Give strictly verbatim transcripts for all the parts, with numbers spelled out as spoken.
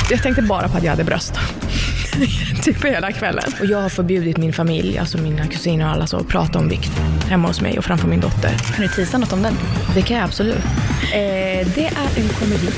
Jag tänkte bara på att jag hade bröst. Typ hela kvällen. Och jag har förbjudit min familj, alltså mina kusiner och alla, så att prata om vikt hemma hos mig och framför min dotter. Kan du tisa något om den? Det kan jag absolut. Eh, det är en komedi.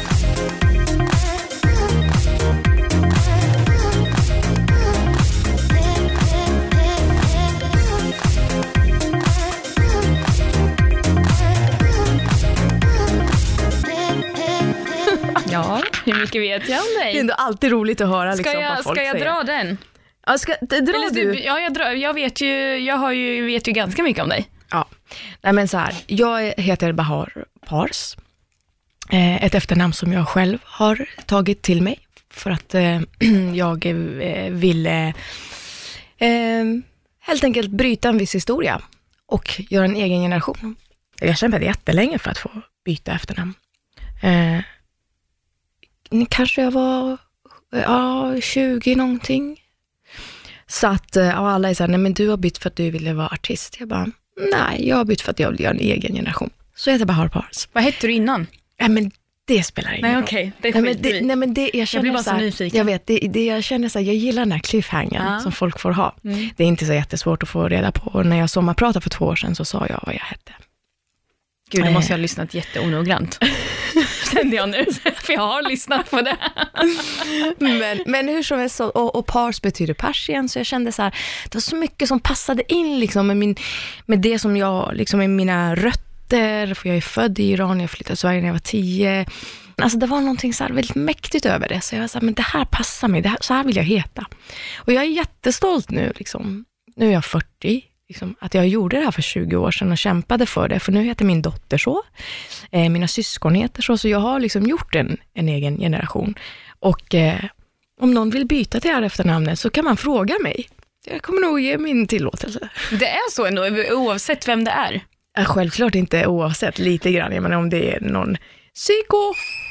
Ja, hur mycket vet jag om dig? Det är ändå alltid roligt att höra ska liksom, jag, vad folk Ska jag säger. dra den? Ja, ska, dra Eller, du? Ja, jag, drar, jag vet ju, jag har ju, vet ju ganska mycket om dig. Ja, nej men så här. Jag heter Bahar Pars. Eh, ett efternamn som jag själv har tagit till mig. För att eh, jag eh, ville eh, helt enkelt bryta en viss historia. Och göra en egen generation. Jag kämpade jättelänge för att få byta efternamn. Eh, kanske jag var ja, tjugo någonting. Så att ja, alla är så här, nej men du har bytt för att du ville vara artist. Jag bara, nej, jag har bytt för att jag vill göra en egen generation. Så heter jag Bahar Pars. Vad hette du innan? Nej men det spelar ingen Nej roll. okej, okay. det nej, men det, nej men det, jag känner jag blir bara så, så här, nyfiken. Jag vet, det, det jag känner så här, jag gillar den här cliffhangern ja. som folk får ha. Mm. Det är inte så jättesvårt att få reda på. Och när jag sommarpratade för två år sedan så sa jag vad jag hette. Gud, då måste jag ha lyssnat jätteonogrant. Kände jag nu, för jag har lyssnat på det. men, men hur som helst, så, och, och pars betyder persien, så jag kände så här, det var så mycket som passade in liksom, med, min, med det som jag, liksom med mina rötter, för jag är född i Iran, jag flyttade till Sverige när jag var tio. Alltså det var någonting så här väldigt mäktigt över det, så jag var så här, men det här passar mig, det här, så här vill jag heta. Och jag är jättestolt nu, liksom. Nu är jag fyrtio. Liksom, att jag gjorde det här för tjugo år sedan och kämpade för det. För nu heter min dotter så. Eh, mina syskon heter så. Så jag har liksom gjort en, en egen generation. Och eh, om någon vill byta till här efternamnet så kan man fråga mig. Jag kommer nog ge min tillåtelse. Det är så ändå, oavsett vem det är. Eh, självklart inte oavsett, lite grann. Jag menar om det är någon psyko...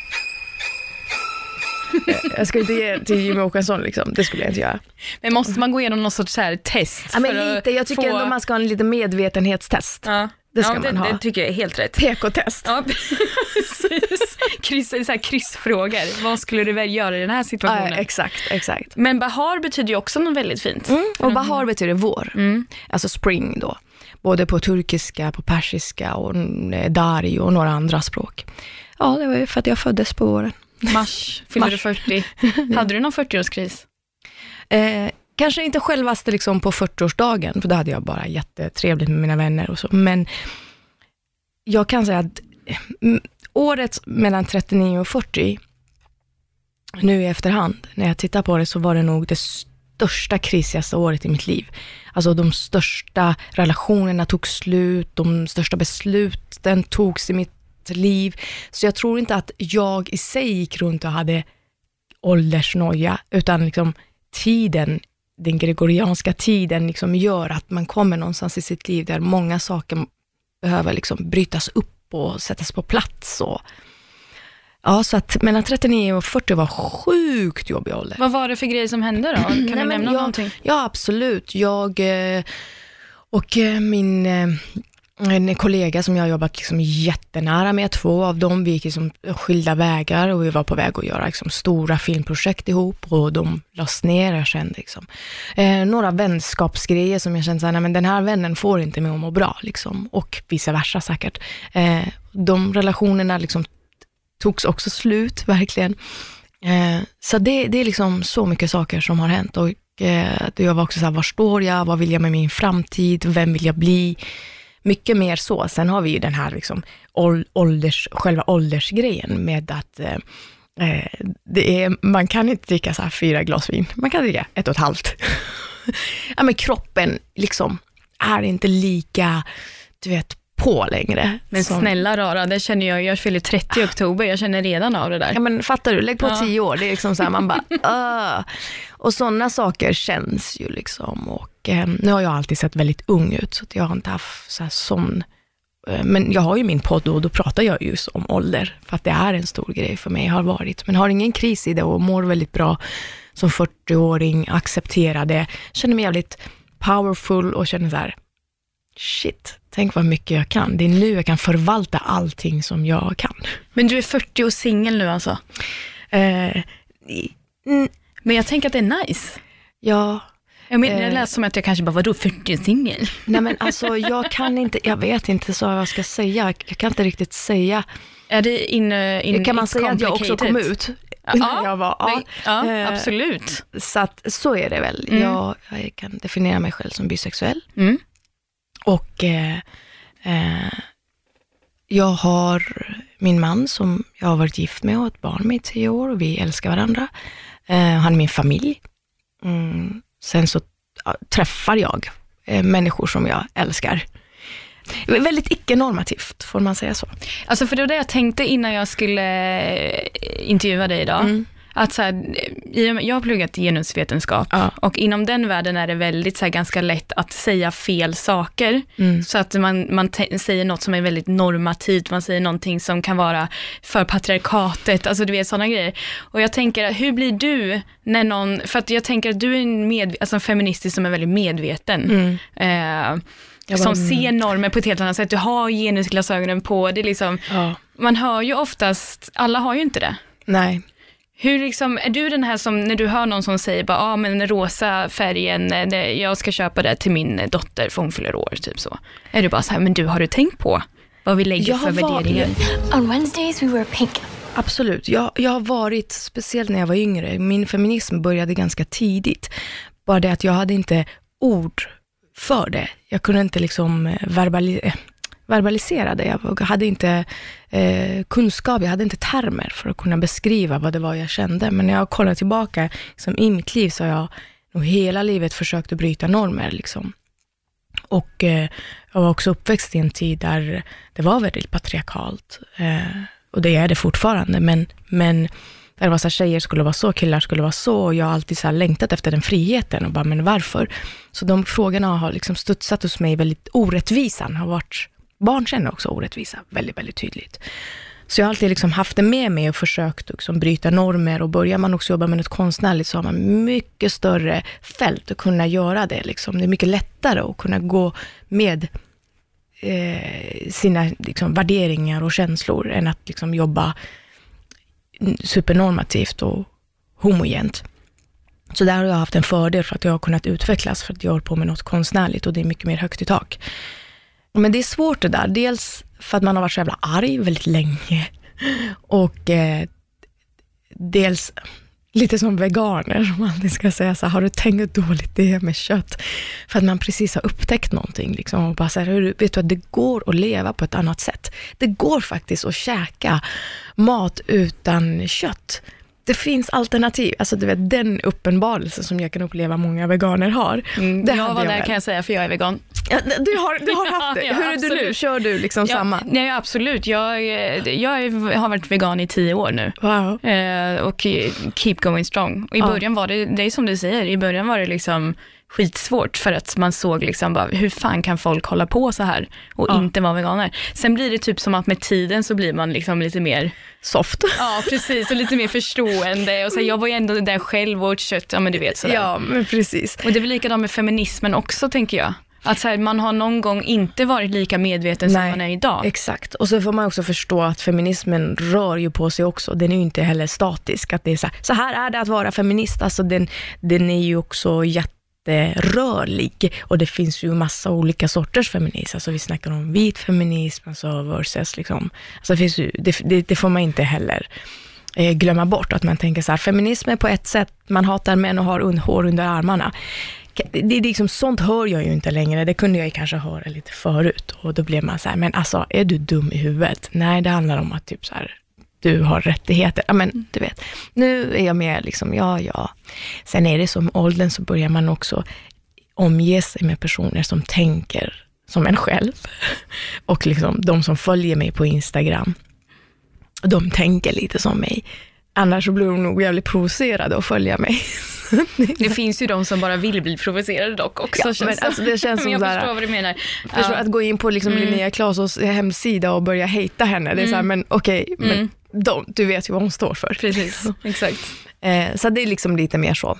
Jag ska inte ge till Jimmy Åkesson liksom. Det skulle jag inte göra. Men måste man gå igenom någon sorts så här test? Ja, men lite. Jag tycker få... ändå man ska ha en lite medvetenhetstest. Ja. Det ska ja, man det, ha. Det tycker jag är helt rätt. P K-test. Ja, precis. Kryss, så här kryssfrågor. Vad skulle du väl göra i den här situationen? Ja, exakt, exakt. Men Bahar betyder ju också något väldigt fint. Mm, och Bahar mm. betyder vår. Mm. Alltså spring då. Både på turkiska, på persiska och dari och några andra språk. Ja, det var ju för att jag föddes på våren. Mars, fyllde du fyrtio. Hade du någon fyrtioårskris? Eh, kanske inte självaste liksom på fyrtioårsdagen, för då hade jag bara jättetrevligt med mina vänner och så. Men jag kan säga att m- året mellan trettionio och fyrtio, nu i efterhand, när jag tittar på det, så var det nog det största krisigaste året i mitt liv. Alltså de största relationerna tog slut, de största besluten togs i mitt liv. Så jag tror inte att jag i sig gick runt och hade åldersnoja, utan liksom tiden, den gregorianska tiden liksom gör att man kommer någonstans i sitt liv där många saker behöver liksom brytas upp och sättas på plats. Och ja, så att mellan trettionio och fyrtio var sjukt jobbig ålder. Vad var det för grejer som hände då? Kan Nej, du nämna jag, någonting? Ja, absolut. Jag och min en kollega som jag har jobbat liksom jättenära med, två av dem, vi gick liksom skilda vägar och vi var på väg att göra liksom stora filmprojekt ihop och de lades ner. Jag kände liksom, eh, några vänskapsgrejer som jag kände så här, nej, men den här vännen får inte mig att må bra liksom, och vice versa säkert. Eh, de relationerna liksom togs också slut, verkligen. Eh, så det, det är liksom så mycket saker som har hänt och eh, jag var också så här, var står jag? Vad vill jag med min framtid? Vem vill jag bli? Mycket mer så. Sen har vi ju den här liksom ålders, själva åldersgrejen med att eh, det är, man kan inte dricka så här fyra glas vin. Man kan dricka ett och ett halvt. Ja, men kroppen liksom är inte lika, du vet, på längre. Men som... snälla rara, det känner jag. Jag fyller trettio i oktober. Jag känner redan av det där. Ja, men fattar du? Lägg på ja. tio år. Det är liksom så här, man bara... Uh. Och sådana saker känns ju liksom. Och eh, nu har jag alltid sett väldigt ung ut, så att jag har inte haft så här sån... Eh, men jag har ju min podd och då pratar jag just om ålder. För att det är en stor grej för mig, har varit. Men har ingen kris i det och mår väldigt bra som fyrtioåring. Accepterar det. Känner mig jävligt powerful och känner så här... Shit, tänk vad mycket jag kan. Det är nu jag kan förvalta allting som jag kan. Men du är fyrtio och singel nu alltså? Eh, Mm. Men jag tänker att det är nice. Ja. Jag menar, det lät som att jag kanske bara, vadå, fyrtio-singel? Nej men alltså, jag kan inte, jag vet inte så vad jag ska säga. Jag kan inte riktigt säga. Är det in, in Kan man säga att jag också kom ut? Ja, när jag var, ja, ja eh, absolut. Så att, så är det väl. Mm. Jag, jag kan definiera mig själv som bisexuell. Mm. Och eh, eh, jag har min man som jag har varit gift med och ett barn med i tio år. Och vi älskar varandra. Eh, han är min familj. Mm. Sen så ja, träffar jag eh, människor som jag älskar. Väldigt icke-normativt, får man säga så. Alltså för det var det jag tänkte innan jag skulle intervjua dig idag. Mm. Att så här, jag har pluggat genusvetenskap ja. Och inom den världen är det väldigt så här, ganska lätt att säga fel saker. Mm. Så att man, man te- säger något som är väldigt normativt. Man säger någonting som kan vara för patriarkatet. Alltså du vet sådana grejer. Och jag tänker, hur blir du när någon... För att jag tänker att du är en, med, alltså en feministisk som är väldigt medveten. Mm. Eh, Bara, som ser normer på ett helt annat sätt. Du har genusglasögonen på. Det är liksom, ja. Man hör ju oftast, alla har ju inte det. Nej. Hur liksom, är du den här som, när du hör någon som säger bara, ja ah, men den rosa färgen, det, jag ska köpa det till min dotter för hon fyller år, typ så. Är du bara så här, men du, har du tänkt på vad vi lägger jag för värderingar? On Wednesdays we were pink. Absolut, jag, jag har varit, speciellt när jag var yngre, min feminism började ganska tidigt. Bara det att jag hade inte ord för det. Jag kunde inte liksom verbali- verbalisera det. Jag hade inte eh, kunskap, jag hade inte termer för att kunna beskriva vad det var jag kände. Men när jag kollar tillbaka liksom, i mitt liv så har jag nog hela livet försökt att bryta normer. Liksom. Och eh, jag var också uppväxt i en tid där det var väldigt patriarkalt. Eh, och det är det fortfarande. Men... men där var så här, tjejer skulle vara så, killar skulle vara så. Och jag har alltid så här längtat efter den friheten. Och bara, men varför? Så de frågorna har liksom studsat hos mig väldigt orättvisan. Har varit, barn känner också orättvisa. Väldigt, väldigt tydligt. Så jag har alltid liksom haft det med mig och försökt liksom bryta normer. Och börjar man också jobba med något konstnärligt så har man mycket större fält att kunna göra det. Liksom. Det är mycket lättare att kunna gå med eh, sina liksom, värderingar och känslor än att liksom, jobba supernormativt och homogent. Så där har jag haft en fördel för att jag har kunnat utvecklas för att jag håller på med något konstnärligt och det är mycket mer högt i tak. Men det är svårt det där. Dels för att man har varit så jävla arg väldigt länge och eh, dels lite som veganer som man alltid ska säga så här, har du tänkt dåligt det med kött? För att man precis har upptäckt någonting liksom, och bara så här, vet du att det går att leva på ett annat sätt. Det går faktiskt att käka mat utan kött. Det finns alternativ. Alltså du vet, den uppenbarelse som jag kan uppleva många veganer har. Mm, det jag var jag där väl. Kan jag säga, för jag är vegan. Ja, du, har, du har haft det. Ja, Hur är absolut. du nu? Kör du liksom ja, samma? Nej, absolut. Jag, jag har varit vegan i tio år nu. Wow. Eh, och keep going strong. Och i ja. början var det, det är som du säger, i början var det liksom skitsvårt för att man såg liksom bara, hur fan kan folk hålla på så här och ja. inte vara veganer. Sen blir det typ som att med tiden så blir man liksom lite mer soft. Ja, precis. Och lite mer förstående. Och så, jag var ju ändå där själv och åt kött, ja men du vet sådär. Ja, men precis. Och det är väl likadant med feminismen också, tänker jag. Att så här, man har någon gång inte varit lika medveten som Nej, man är idag. Exakt. Och så får man också förstå att feminismen rör ju på sig också. Den är ju inte heller statisk. Att det är så, här, så här är det att vara feminist. Alltså den, den är ju också jätterörlig. Och det finns ju massa olika sorters feminism. Alltså vi snackar om vit feminism alltså versus liksom. Alltså det, finns ju, det, det, det får man inte heller eh, glömma bort. Att man tänker så här, feminism är på ett sätt, man hatar män och har un- hår under armarna. Det är liksom, sånt hör jag ju inte längre. Det kunde jag ju kanske höra lite förut. Och då blev man så här, men alltså, är du dum i huvudet? Nej, det handlar om att typ så här, du har rättigheter. Ja, men du vet, nu är jag med liksom, ja, ja. Sen är det som åldern så börjar man också omge sig med personer som tänker som en själv. Och liksom, de som följer mig på Instagram, de tänker lite som mig. Annars så blir de nog jävligt provocerade att följa mig. Det finns ju de som bara vill bli provocerade dock också. Ja, men alltså det känns som jag där, förstår vad du menar. Förstår, ja. Att gå in på liksom mm. Linnea Claessons hemsida och börja hejta henne. Det är mm. så här, men okej, okay, mm. men de, du vet ju vad hon står för. Precis, exakt. Eh, så det är liksom lite mer så.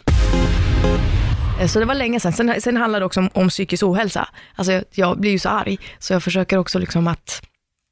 Eh, så det var länge sedan. Sen, sen handlar det också om, om psykisk ohälsa. Alltså jag, jag blir ju så arg. Så jag försöker också liksom att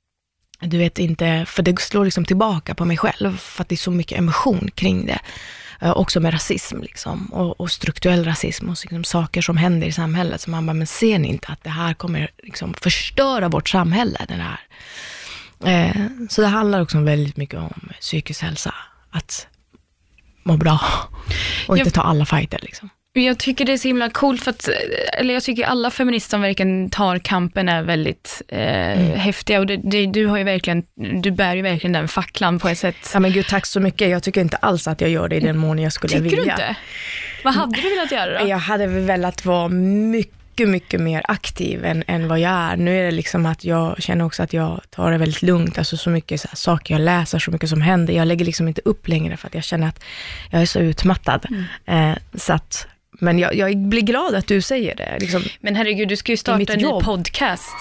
du vet inte, för det slår liksom tillbaka på mig själv för att det är så mycket emotion kring det. eh, också med rasism liksom, och, och strukturell rasism och liksom, saker som händer i samhället. Så man bara, men ser ni inte att det här kommer liksom, förstöra vårt samhälle? Den här. Eh, så det handlar också väldigt mycket om psykisk hälsa. Att må bra och inte jag, ta alla fighter liksom. Jag tycker det är så himla coolt för att, eller jag tycker alla feminister som verkligen tar kampen är väldigt eh, mm. häftiga och det, det, du har ju verkligen, du bär ju verkligen den facklan på ett sätt. Ja men gud, tack så mycket. Jag tycker inte alls att jag gör det i den mån jag skulle tycker vilja. Tycker du inte? Vad hade du velat göra då? Jag hade velat vara mycket mycket, mycket mer aktiv än, än vad jag är. Nu är det liksom att jag känner också att jag tar det väldigt lugnt. Alltså så mycket så här, saker jag läser, så mycket som händer. Jag lägger liksom inte upp längre för att jag känner att jag är så utmattad. Mm. Eh, så att, men jag, jag blir glad att du säger det. Liksom, men herregud, du ska ju starta en ny podcast.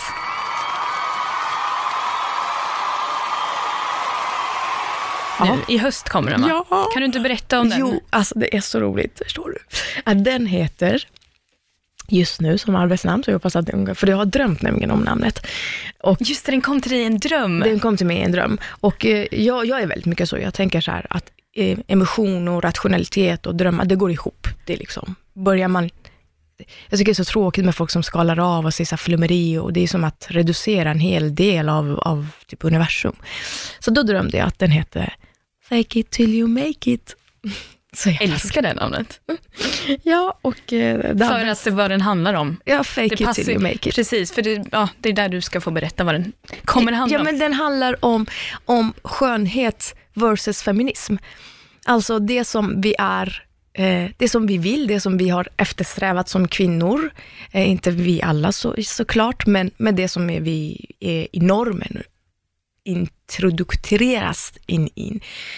Nu, i höst kommer den, va? Ja. Kan du inte berätta om den? Jo, alltså det är så roligt, förstår du? Att den heter just nu som arbetsnamn, så jag hoppas att den, för jag har drömt nämligen om namnet. Och just det, den kom till dig i en dröm. Den kom till mig i en dröm. Och eh, jag, jag är väldigt mycket så, jag tänker så här att eh, emotion och rationalitet och drömmar, det går ihop. Det är liksom, börjar man, jag tycker det är så tråkigt med folk som skalar av och ser så flummeri, och det är som att reducera en hel del av, av typ universum. Så då drömde jag att den heter Fake it till you make it. Så jag älskar det namnet. Ja, och eh, för att det vad den handlar om. Ja, fake det it till you make it. Precis, för det, ja, det är där du ska få berätta vad den kommer att handla ja, om. Ja, men den handlar om, om skönhet versus feminism. Alltså det som vi är, eh, det som vi vill, det som vi har eftersträvat som kvinnor. Eh, inte vi alla så, såklart, men, men det som är vi är i normen introduceras in in.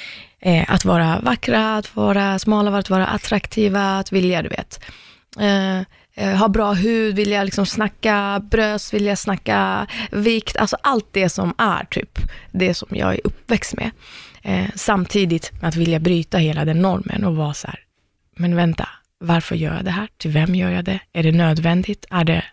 Eh, att vara vackra, att vara smala, att vara attraktiva, att vilja, du vet. Eh, eh, ha bra hud, vilja liksom snacka bröst, vilja snacka vikt. Alltså allt det som är typ det som jag är uppväxt med. Eh, samtidigt med att vilja bryta hela den normen och vara så här, men vänta, varför gör jag det här? Till vem gör jag det? Är det nödvändigt? Är det...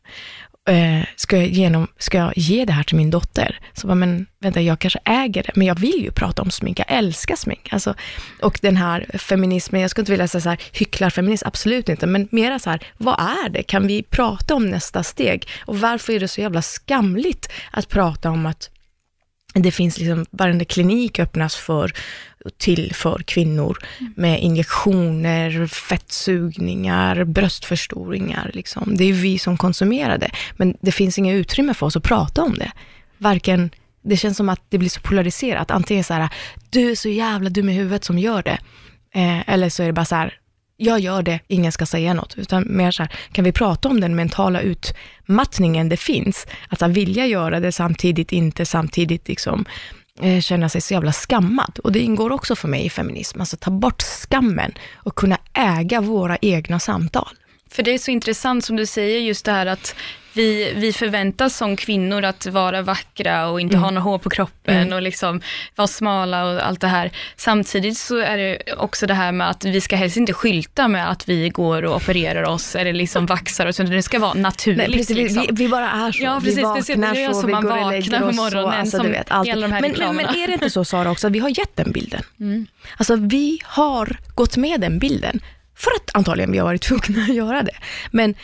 Uh, ska, jag genom, ska jag ge det här till min dotter? Så bara, men vänta, jag kanske äger det, men jag vill ju prata om smink, jag älskar smink. Alltså, och den här feminismen, jag skulle inte vilja säga så här, hycklar feminism, absolut inte, men mera så här, vad är det? Kan vi prata om nästa steg? Och varför är det så jävla skamligt att prata om att det finns liksom, varenda klinik öppnas för till för kvinnor med injektioner, fettsugningar, bröstförstoringar liksom. Det är vi som konsumerar det, men det finns inga utrymme för oss att prata om det. Varken, det känns som att det blir så polariserat. Antingen så här, du är så jävla dum i huvudet som gör det. Eh, eller så är det bara så här, jag gör det, ingen ska säga något. Utan mer så här, kan vi prata om den mentala utmattningen det finns? Att vilja göra det samtidigt, inte samtidigt liksom känna sig så jävla skammad. Och det ingår också för mig i feminism. Alltså ta bort skammen och kunna äga våra egna samtal. För det är så intressant som du säger, just det här att vi, vi förväntas som kvinnor att vara vackra och inte mm. ha något hår på kroppen mm. och liksom vara smala och allt det här. Samtidigt så är det också det här med att vi ska helst inte skylta med att vi går och opererar oss eller liksom vaxar oss, utan det ska vara naturligt. Nej, precis, liksom. vi, vi bara är så. Ja, precis, vi vaknar det är så, så, vi man vaknar på morgonen så, alltså, som du vet, allt. De här men, men, men är det inte så, Sara, också att vi har gett den bilden? Mm. Alltså vi har gått med den bilden för att antagligen vi har varit tvungna att göra det. Men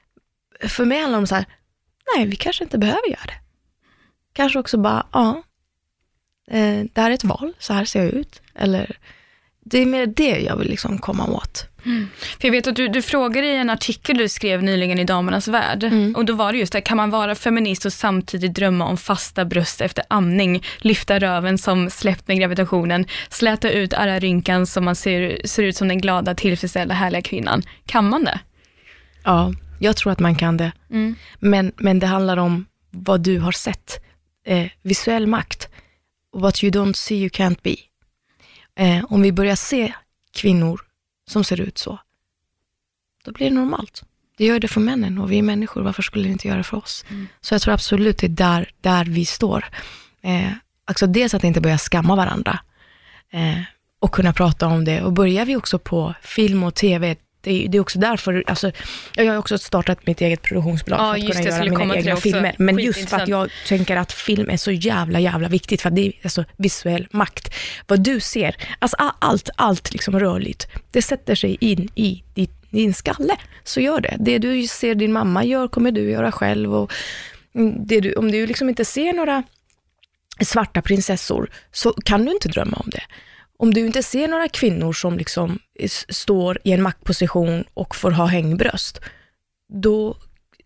för mig handlar det om så här, nej, vi kanske inte behöver göra det. Kanske också bara, ja, eh, det här är ett val, så här ser jag ut. Eller, det är mer det jag vill liksom komma åt. Mm. För jag vet att du, du frågade i en artikel du skrev nyligen i Damernas Värld. Mm. Och då var det just det, kan man vara feminist och samtidigt drömma om fasta bröst efter amning, lyfta röven som släppt med gravitationen, släta ut alla rynkan som man ser, ser ut som den glada, tillfredsställda, härliga kvinnan. Kan man det? Ja, jag tror att man kan det. Mm. Men, men det handlar om vad du har sett. Eh, visuell makt. What you don't see you can't be. Eh, om vi börjar se kvinnor som ser ut så, då blir det normalt. Det gör det för männen och vi är människor. Varför skulle det inte göra för oss? Mm. Så jag tror absolut det är där, där vi står. Eh, alltså dels att inte börja skamma varandra. Eh, och kunna prata om det. Och börjar vi också på film och tv Det är, det är också därför, alltså, jag har också startat mitt eget produktionsbolag ja, för att kunna det, göra mina egna filmer. Men just för att jag tänker att film är så jävla, jävla viktigt, för att det är alltså visuell makt. Vad du ser, alltså allt, allt liksom rörligt, det sätter sig in i din, din skalle. Så gör det. Det du ser din mamma gör kommer du göra själv. Och det du, om du liksom inte ser några svarta prinsessor så kan du inte drömma om det. Om du inte ser några kvinnor som liksom står i en maktposition och får ha hängbröst, då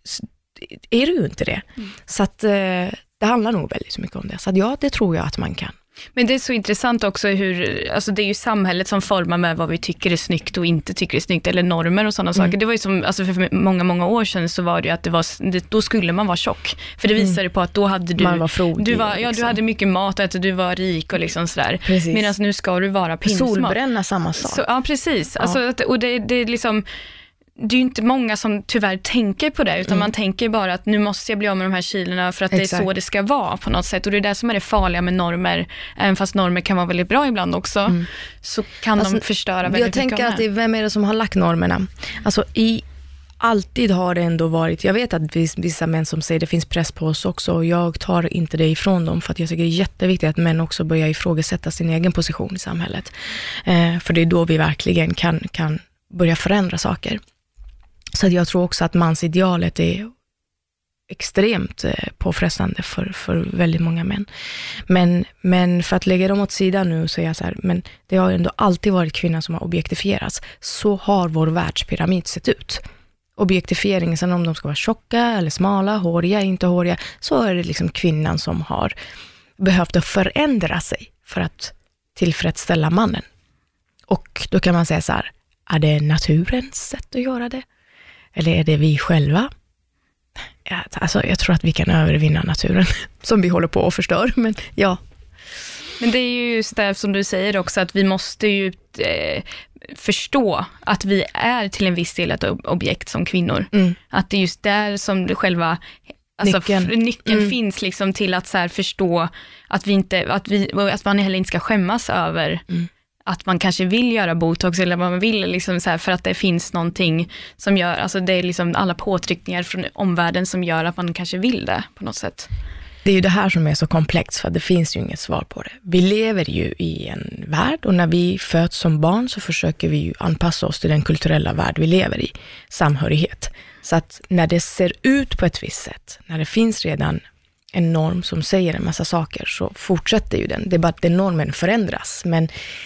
är du ju inte det. Mm. Så att eh, det handlar nog väldigt mycket om det. Så att ja, det tror jag att man kan. Men det är så intressant också hur, alltså det är ju samhället som formar med vad vi tycker är snyggt och inte tycker är snyggt, eller normer och sådana mm. saker. Det var ju som, alltså för många, många år sedan så var det ju att det var, det, då skulle man vara tjock. För det visade mm. på att då hade du, man var frodig, du var, ja, liksom. Du hade mycket mat och att du var rik och liksom sådär. Medan nu ska du vara pinsmal. Solbränna samma sak. Så, ja, precis. Ja. Alltså, och det, det är liksom... Det är ju inte många som tyvärr tänker på det, utan mm. man tänker bara att nu måste jag bli av med de här kilorna för att Exakt. Det är så det ska vara på något sätt. Och det är det som är det farliga med normer, även fast normer kan vara väldigt bra ibland också, mm. så kan alltså, de förstöra väldigt mycket. Jag tänker att det är, vem är det som har lagt normerna? Alltså i alltid har det ändå varit, jag vet att vissa män som säger det finns press på oss också, och jag tar inte det ifrån dem, för att jag tycker det är jätteviktigt att män också börjar ifrågasätta sin egen position i samhället. Eh, för det är då vi verkligen kan, kan börja förändra saker. Så jag tror också att mansidealet är extremt påfrestande för, för väldigt många män. Men, men för att lägga dem åt sidan nu och säga så här, men det har ändå alltid varit kvinnor som har objektifierats. Så har vår världspyramid sett ut. Objektifieringen, sen om de ska vara tjocka eller smala, håriga, inte håriga, så är det liksom kvinnan som har behövt att förändra sig för att tillfredsställa mannen. Och då kan man säga så här, är det naturens sätt att göra det? Eller är det vi själva? Ja, alltså, jag tror att vi kan övervinna naturen som vi håller på och förstör. Men ja. Men det är ju just det som du säger också, att vi måste ju eh, förstå att vi är till en viss del ett objekt som kvinnor. Mm. Att det är just där som det själva... Alltså nyckeln, f- nyckeln mm. finns liksom till att så här förstå att vi inte, att vi, att man heller inte ska skämmas över... Mm. att man kanske vill göra botox eller vad man vill liksom så här, för att det finns någonting som gör, alltså det är liksom alla påtryckningar från omvärlden som gör att man kanske vill det på något sätt. Det är ju det här som är så komplext, för det finns ju inget svar på det. Vi lever ju i en värld, och när vi föds som barn så försöker vi ju anpassa oss till den kulturella värld vi lever i, samhörighet. Så att när det ser ut på ett visst sätt, när det finns redan en norm som säger en massa saker, så fortsätter ju den. Det är bara att den normen förändras, men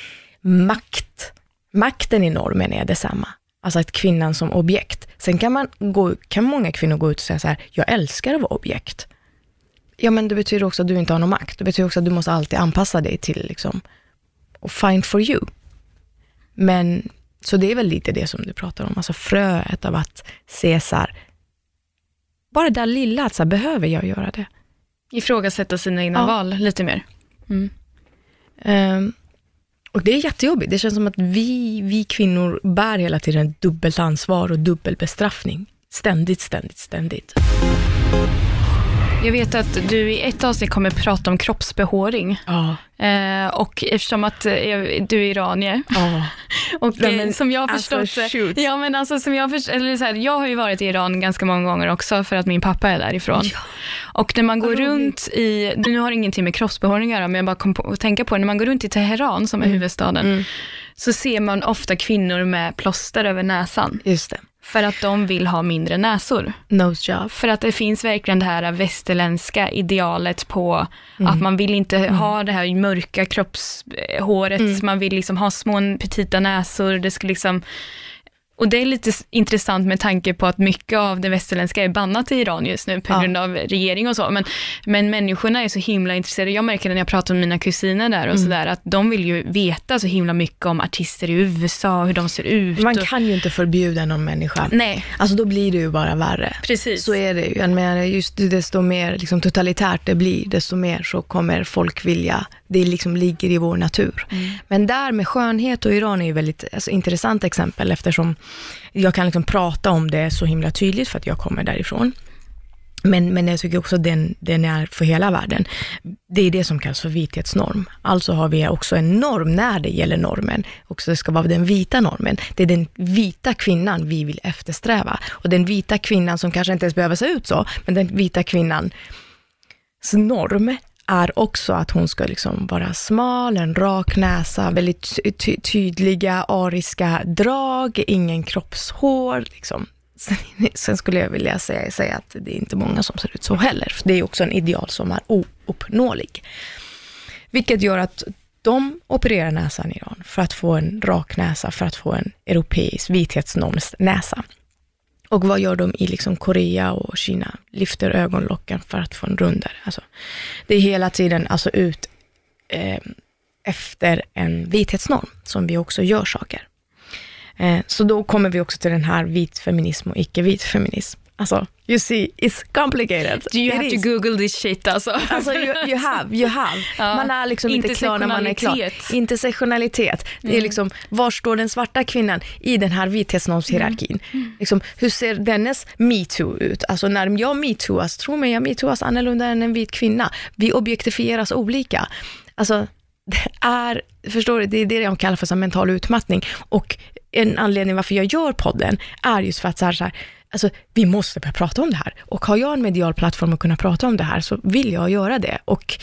makt, makten i normen är detsamma. Alltså att kvinnan som objekt. Sen kan man gå, kan många kvinnor gå ut och säga så här, jag älskar att vara objekt. Ja, men det betyder också att du inte har någon makt. Det betyder också att du måste alltid anpassa dig till liksom, och find for you. Men, så det är väl lite det som du pratar om. Alltså fröet av att se så här, bara det där lilla, att så här, behöver jag göra det? Ifrågasätta sina egna ja. val lite mer. Mm. Um, Och det är jättejobbigt. Det känns som att vi, vi kvinnor bär hela tiden dubbelt ansvar och dubbel bestraffning. Ständigt, ständigt, ständigt. Jag vet att du i ett avsnitt kommer prata om kroppsbehåring. Ja. Eh, och eftersom att eh, du är iranier. Ja. och ja, men, som jag har förstått alltså, shoot. Ja, men alltså som jag förstått, eller så här, jag har ju varit i Iran ganska många gånger också för att min pappa är därifrån. Ja. Och när man går ja, runt i, nu har ingenting med kroppsbehåring att göra, men jag bara kom på att tänka på det, när man går runt i Teheran som är mm. huvudstaden, mm. så ser man ofta kvinnor med plåster över näsan. Just det. För att de vill ha mindre näsor. Nose job. För att det finns verkligen det här västerländska idealet på mm. att man vill inte mm. ha det här mörka kroppshåret. Mm. Man vill liksom ha små petita näsor. Det ska liksom... Och det är lite intressant med tanke på att mycket av det västerländska är bannat i Iran just nu på ja. grund av regering och så. Men, men människorna är så himla intresserade. Jag märker när jag pratar med mina kusiner där och mm. sådär, att de vill ju veta så himla mycket om artister i U S A, hur de ser ut. Man och... kan ju inte förbjuda någon människa. Nej. Alltså då blir det ju bara värre. Precis. Så är det ju. Men just desto mer liksom, totalitärt det blir, desto mer så kommer folk vilja. Det liksom ligger i vår natur. Mm. Men där med skönhet och Iran är ju väldigt alltså, intressant exempel, eftersom jag kan liksom prata om det så himla tydligt för att jag kommer därifrån. Men, men jag tycker också den, den är för hela världen. Det är det som kallas för vithetsnorm. Alltså har vi också en norm när det gäller normen. Också det ska vara den vita normen. Det är den vita kvinnan vi vill eftersträva. Och den vita kvinnan som kanske inte ens behöver se ut så, men den vita kvinnans norm är också att hon ska liksom vara smal, en rak näsa, väldigt ty- tydliga ariska drag, ingen kroppshår liksom. Sen, sen skulle jag vilja säga, säga att det är inte många som ser ut så heller. För det är också en ideal som är ouppnåelig. Vilket gör att de opererar näsan i Iran för att få en rak näsa, för att få en europeisk vithetsnorms näsa. Och vad gör de i liksom Korea och Kina? Lyfter ögonlocken för att få en rundare. Alltså, det är hela tiden alltså ut eh, efter en vithetsnorm som vi också gör saker. Eh, så då kommer vi också till den här vit feminism och icke-vit feminism. Alltså, you see, it's complicated. Do you It have is. to google this shit alltså? Alltså, you, you have, you have. Ja. Man är liksom inte klar när man är klar. Intersektionalitet. Det är mm. liksom, var står den svarta kvinnan i den här vithetsnormshierarkin? Mm. Liksom, hur ser dennes MeToo ut? Alltså när jag MeTooas, tro mig, jag MeTooas annorlunda än en vit kvinna. Vi objektifieras olika. Alltså, det är, förstår du, det är det jag kallar för som mental utmattning. Och en anledning varför jag gör podden är just för att så här, så här alltså, vi måste börja prata om det här. Och har jag en medial plattform att kunna prata om det här så vill jag göra det. Och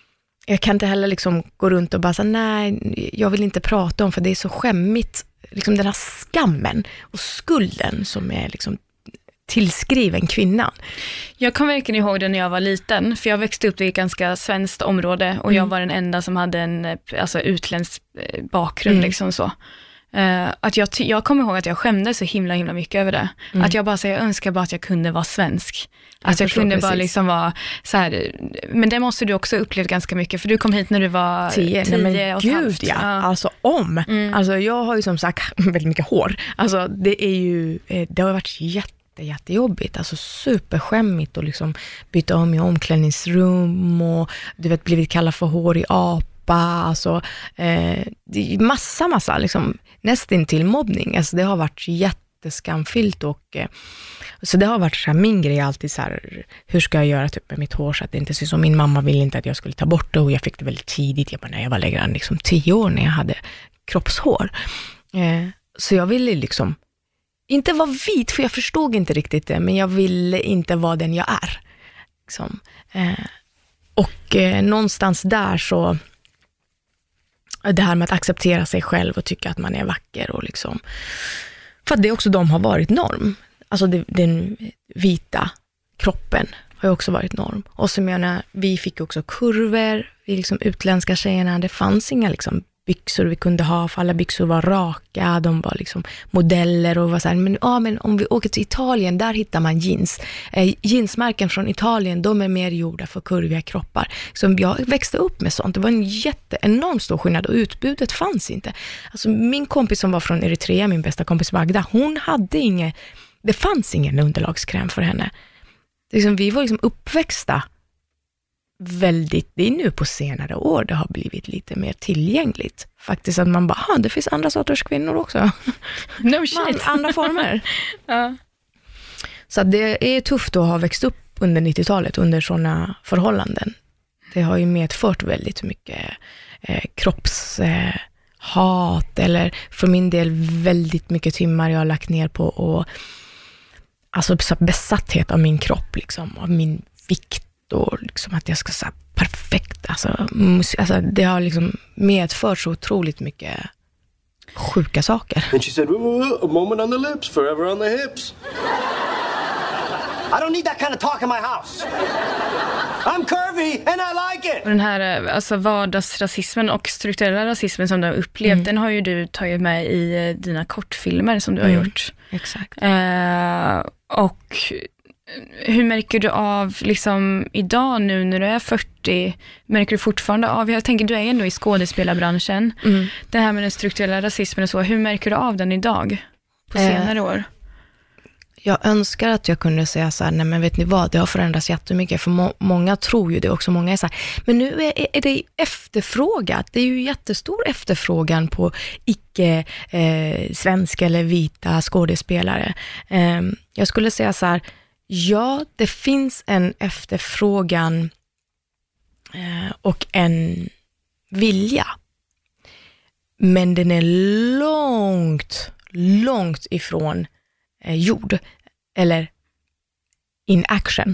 jag kan inte heller liksom gå runt och bara säga nej, jag vill inte prata om för det är så skämmigt. Liksom den här skammen och skulden som är liksom tillskriven kvinnan. Jag kommer verkligen ihåg det när jag var liten, för jag växte upp i ett ganska svenskt område och mm. jag var den enda som hade en alltså, utländsk bakgrund mm. liksom så. Uh, att jag, jag kommer ihåg att jag skämdes så himla himla mycket över det. Mm. Att jag bara säger, jag önskar bara att jag kunde vara svensk. Jag att jag kunde precis. bara liksom vara så här. Men det måste du också upplevt ganska mycket, för du kom hit när du var tio, tio nej, men och gud, halvt. Ja. Ja. Alltså om. Mm. Alltså jag har ju som sagt väldigt mycket hår. Alltså det är ju, det har varit jätte jättejobbigt, alltså superskämmigt och liksom byta om i omklädningsrum och du vet blivit kallad för hår i apa, alltså eh, det är massa massa liksom nästan till mobbning, alltså det har varit jätteskamfyllt och eh, så det har varit så här, min grej alltid så här, hur ska jag göra typ med mitt hår så att det inte ser som min mamma ville inte att jag skulle ta bort det och jag fick det väldigt tidigt, jag bara, när jag var längre än liksom tio år när jag hade kroppshår eh, så jag ville liksom inte vara vit, för jag förstod inte riktigt det, men jag ville inte vara den jag är. Liksom. Eh, och eh, någonstans där så, det här med att acceptera sig själv och tycka att man är vacker och liksom, för att det också de har varit norm. Alltså det, den vita kroppen har ju också varit norm. Och så menar, vi fick också kurvor, vi liksom utländska tjejerna, det fanns inga liksom byxor vi kunde ha, för alla byxor var raka, de var liksom modeller och var så här, men, ja, men om vi åker till Italien, där hittar man jeans. Eh, jeansmärken från Italien, de är mer gjorda för kurviga kroppar. Så jag växte upp med sånt, det var en jätte, enormt stor skillnad och utbudet fanns inte. Alltså min kompis som var från Eritrea, min bästa kompis Magda, hon hade inget, det fanns ingen underlagskräm för henne. Liksom, vi var liksom uppväxta väldigt, det är nu på senare år det har blivit lite mer tillgängligt. Faktiskt att man bara, ah, det finns andra sorters kvinnor också. No shit. Man, andra former. Ja. Så det är tufft att ha växt upp under nittiotalet under sådana förhållanden. Det har ju medfört väldigt mycket eh, kroppshat eh, eller för min del väldigt mycket timmar jag har lagt ner på och alltså så besatthet av min kropp liksom, av min vikt och liksom att jag ska säga perfekt, alltså, mus- alltså det har liksom medfört så otroligt mycket sjuka saker. And she said, a moment on the lips, forever on the hips. I don't need that kind of talk in my house. I'm curvy and I like it. Den här alltså vardagsrasismen och strukturella rasismen som du har upplevt, mm. den har ju du tagit med i dina kortfilmer som du har mm. gjort. Exakt. Eh, och hur märker du av liksom idag nu när du är fyrtio, märker du fortfarande av, jag tänker du är ändå i skådespelarbranschen, mm. det här med den strukturella rasismen och så, hur märker du av den idag på senare eh, år? Jag önskar att jag kunde säga så här, nej men vet ni vad, det har förändrats jättemycket, för må- många tror ju det också, många är så här, men nu är, är det efterfrågat, det är ju jättestor efterfrågan på icke eh, svenska eller vita skådespelare. Eh, jag skulle säga så här, Ja, det finns en efterfrågan eh, och en vilja. Men den är långt, långt ifrån eh, gjord. Eller in action.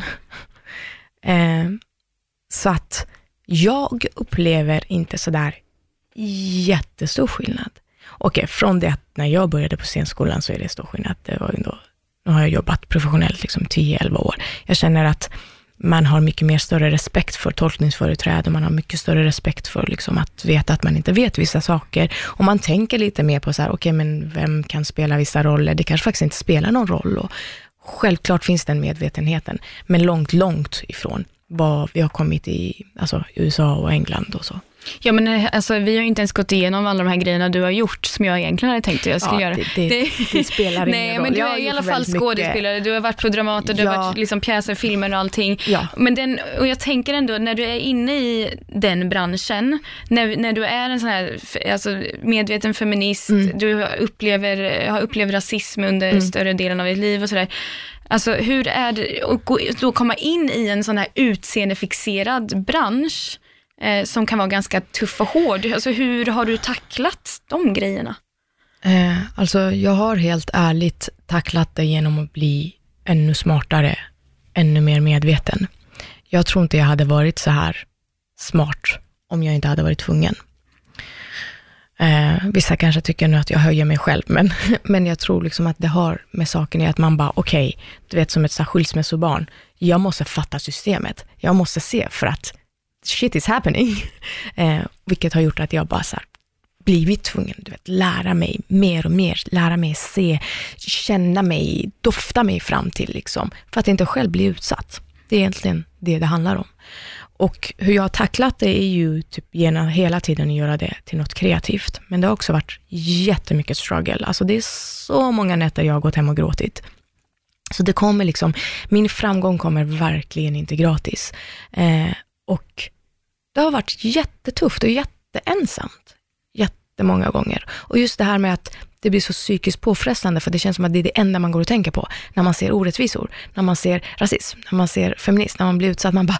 eh, så att jag upplever inte sådär jättestor skillnad. Okej, från det att när jag började på scenskolan så är det stor skillnad. Det var ändå, nu har jag jobbat professionellt liksom tio elva år. Jag känner att man har mycket mer större respekt för tolkningsföreträde. Man har mycket större respekt för liksom att veta att man inte vet vissa saker. Och man tänker lite mer på så här, okej, men vem kan spela vissa roller? Det kanske faktiskt inte spelar någon roll. Och självklart finns den medvetenheten. Men långt, långt ifrån vad vi har kommit i alltså U S A och England och så. Ja, men alltså, vi har ju inte ens gått igenom alla de här grejerna du har gjort som jag egentligen hade tänkt att jag skulle ja, göra. Det, det, det spelar ingen Nej, roll. men du är i alla fall skådespelare. Mycket. Du har varit på Dramaten, du ja. har varit liksom pjäser, filmer och allting. Ja. Men den, och jag tänker ändå, när du är inne i den branschen, när, när du är en sån här alltså, medveten feminist, mm. du upplever, har upplevt rasism under mm. större delen av ditt liv och sådär. Alltså hur är det att då komma in i en sån här utseendefixerad bransch eh, som kan vara ganska tuff och hård? Alltså hur har du tacklat de grejerna? Eh, alltså jag har helt ärligt tacklat det genom att bli ännu smartare, ännu mer medveten. Jag tror inte jag hade varit så här smart om jag inte hade varit tvungen. Eh, vissa kanske tycker nu att jag höjer mig själv, men, men jag tror liksom att det har med saken i att man bara, okej, okay, du vet som ett så här skilsmässobarn, jag måste fatta systemet, jag måste se för att shit is happening, eh, vilket har gjort att jag bara så här, blivit tvungen, du vet, lära mig mer och mer, lära mig se, känna mig, dofta mig fram till liksom, för att inte själv bli utsatt. Det är egentligen det det handlar om. Och hur jag har tacklat det är ju typ genom hela tiden att göra det till något kreativt. Men det har också varit jättemycket struggle. Alltså det är så många nätter jag har gått hem och gråtit. Så det kommer liksom, min framgång kommer verkligen inte gratis. Eh, och det har varit jättetufft och jätteensamt. Jättemånga gånger. Och just det här med att det blir så psykiskt påfrestande, för det känns som att det är det enda man går och tänker på när man ser orättvisor, när man ser rasism, när man ser feminism, när man blir utsatt, man bara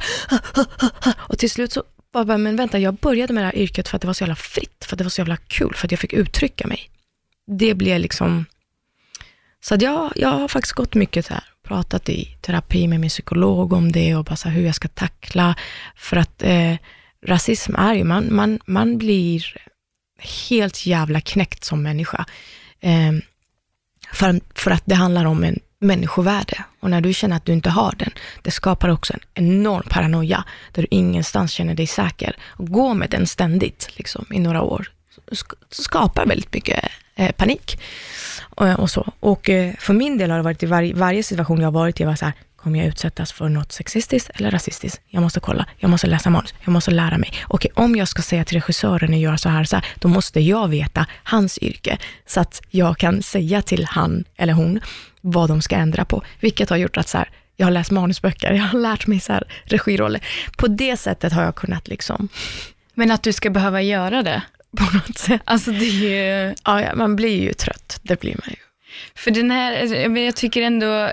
och till slut så bara, men vänta, jag började med det här yrket för att det var så jävla fritt, för att det var så jävla kul, för att jag fick uttrycka mig. Det blev liksom så att jag, jag har faktiskt gått mycket så här, pratat i terapi med min psykolog om det och bara så här, hur jag ska tackla, för att eh, rasism är ju, man, man, man blir helt jävla knäckt som människa. Eh, för, för att det handlar om en människovärde. Och när du känner att du inte har den, det skapar också en enorm paranoia där du ingenstans känner dig säker. Och gå med den ständigt liksom, i några år så skapar väldigt mycket eh, panik. Och, och så. Och eh, för min del har det varit i var, varje situation jag har varit i, jag var så här, kommer jag utsättas för något sexistiskt eller rasistiskt? Jag måste kolla, jag måste läsa manus, jag måste lära mig. Okej, om jag ska säga till regissören att göra så här, så här, då måste jag veta hans yrke, så att jag kan säga till han eller hon vad de ska ändra på. Vilket har gjort att så här, jag har läst manusböcker, jag har lärt mig så här, regiroller. På det sättet har jag kunnat liksom... Men att du ska behöva göra det? På något sätt. Alltså det är ju... Ja, ja, man blir ju trött, det blir man ju. För den här, jag tycker ändå,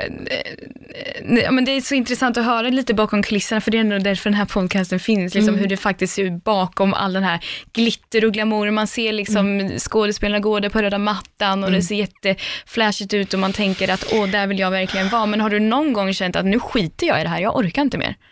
men det är så intressant att höra lite bakom kulisserna, för det är ändå därför den här podcasten finns, liksom, mm. hur det faktiskt ser ut bakom all den här glitter och glamour. Man ser liksom mm. skådespelarna gå där på röda mattan och mm. det ser jätteflashigt ut och man tänker att åh, där vill jag verkligen vara. Men har du någon gång känt att nu skiter jag i det här, jag orkar inte mer?